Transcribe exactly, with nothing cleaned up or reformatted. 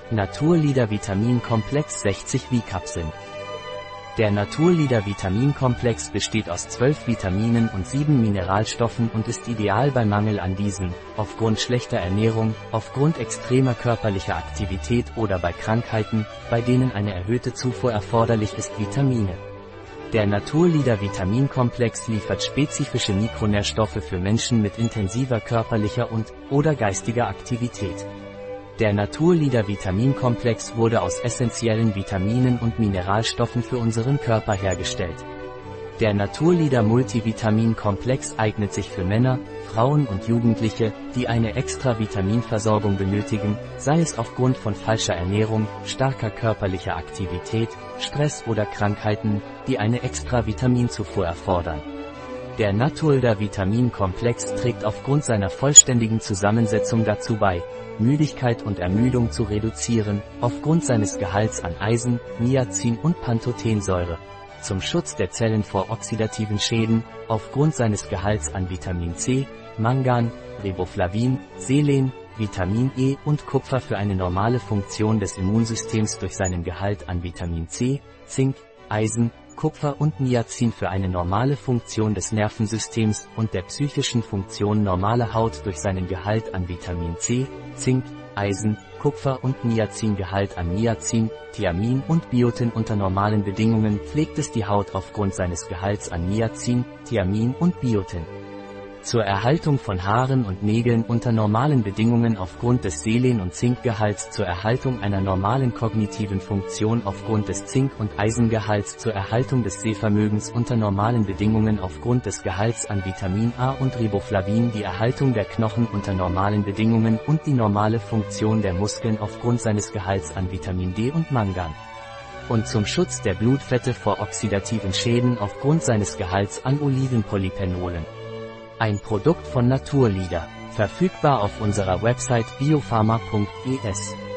Naturleader Vitaminkomplex sechzig V-Kapseln. Der Naturleader Vitaminkomplex besteht aus zwölf Vitaminen und sieben Mineralstoffen und ist ideal bei Mangel an diesen, aufgrund schlechter Ernährung, aufgrund extremer körperlicher Aktivität oder bei Krankheiten, bei denen eine erhöhte Zufuhr erforderlich ist. Vitamine. Der Naturleader Vitaminkomplex liefert spezifische Mikronährstoffe für Menschen mit intensiver körperlicher und oder geistiger Aktivität. Der Naturleader Vitaminkomplex wurde aus essentiellen Vitaminen und Mineralstoffen für unseren Körper hergestellt. Der Naturleader Multivitaminkomplex eignet sich für Männer, Frauen und Jugendliche, die eine extra Vitaminversorgung benötigen, sei es aufgrund von falscher Ernährung, starker körperlicher Aktivität, Stress oder Krankheiten, die eine extra Vitaminzufuhr erfordern. Der Naturleader Vitaminkomplex trägt aufgrund seiner vollständigen Zusammensetzung dazu bei, Müdigkeit und Ermüdung zu reduzieren, aufgrund seines Gehalts an Eisen, Niacin und Pantothensäure, zum Schutz der Zellen vor oxidativen Schäden, aufgrund seines Gehalts an Vitamin C, Mangan, Riboflavin, Selen, Vitamin E und Kupfer für eine normale Funktion des Immunsystems durch seinen Gehalt an Vitamin C, Zink, Eisen, Kupfer und Niacin für eine normale Funktion des Nervensystems und der psychischen Funktion normale Haut durch seinen Gehalt an Vitamin C, Zink, Eisen, Kupfer und Niacin-Gehalt an Niacin, Thiamin und Biotin. Unter normalen Bedingungen pflegt es die Haut aufgrund seines Gehalts an Niacin, Thiamin und Biotin. Zur Erhaltung von Haaren und Nägeln unter normalen Bedingungen aufgrund des Selen- und Zinkgehalts, zur Erhaltung einer normalen kognitiven Funktion aufgrund des Zink- und Eisengehalts, zur Erhaltung des Sehvermögens unter normalen Bedingungen aufgrund des Gehalts an Vitamin A und Riboflavin, die Erhaltung der Knochen unter normalen Bedingungen und die normale Funktion der Muskeln aufgrund seines Gehalts an Vitamin D und Mangan. Und zum Schutz der Blutfette vor oxidativen Schäden aufgrund seines Gehalts an Olivenpolyphenolen. Ein Produkt von Naturleader, verfügbar auf unserer Website biopharma punkt es.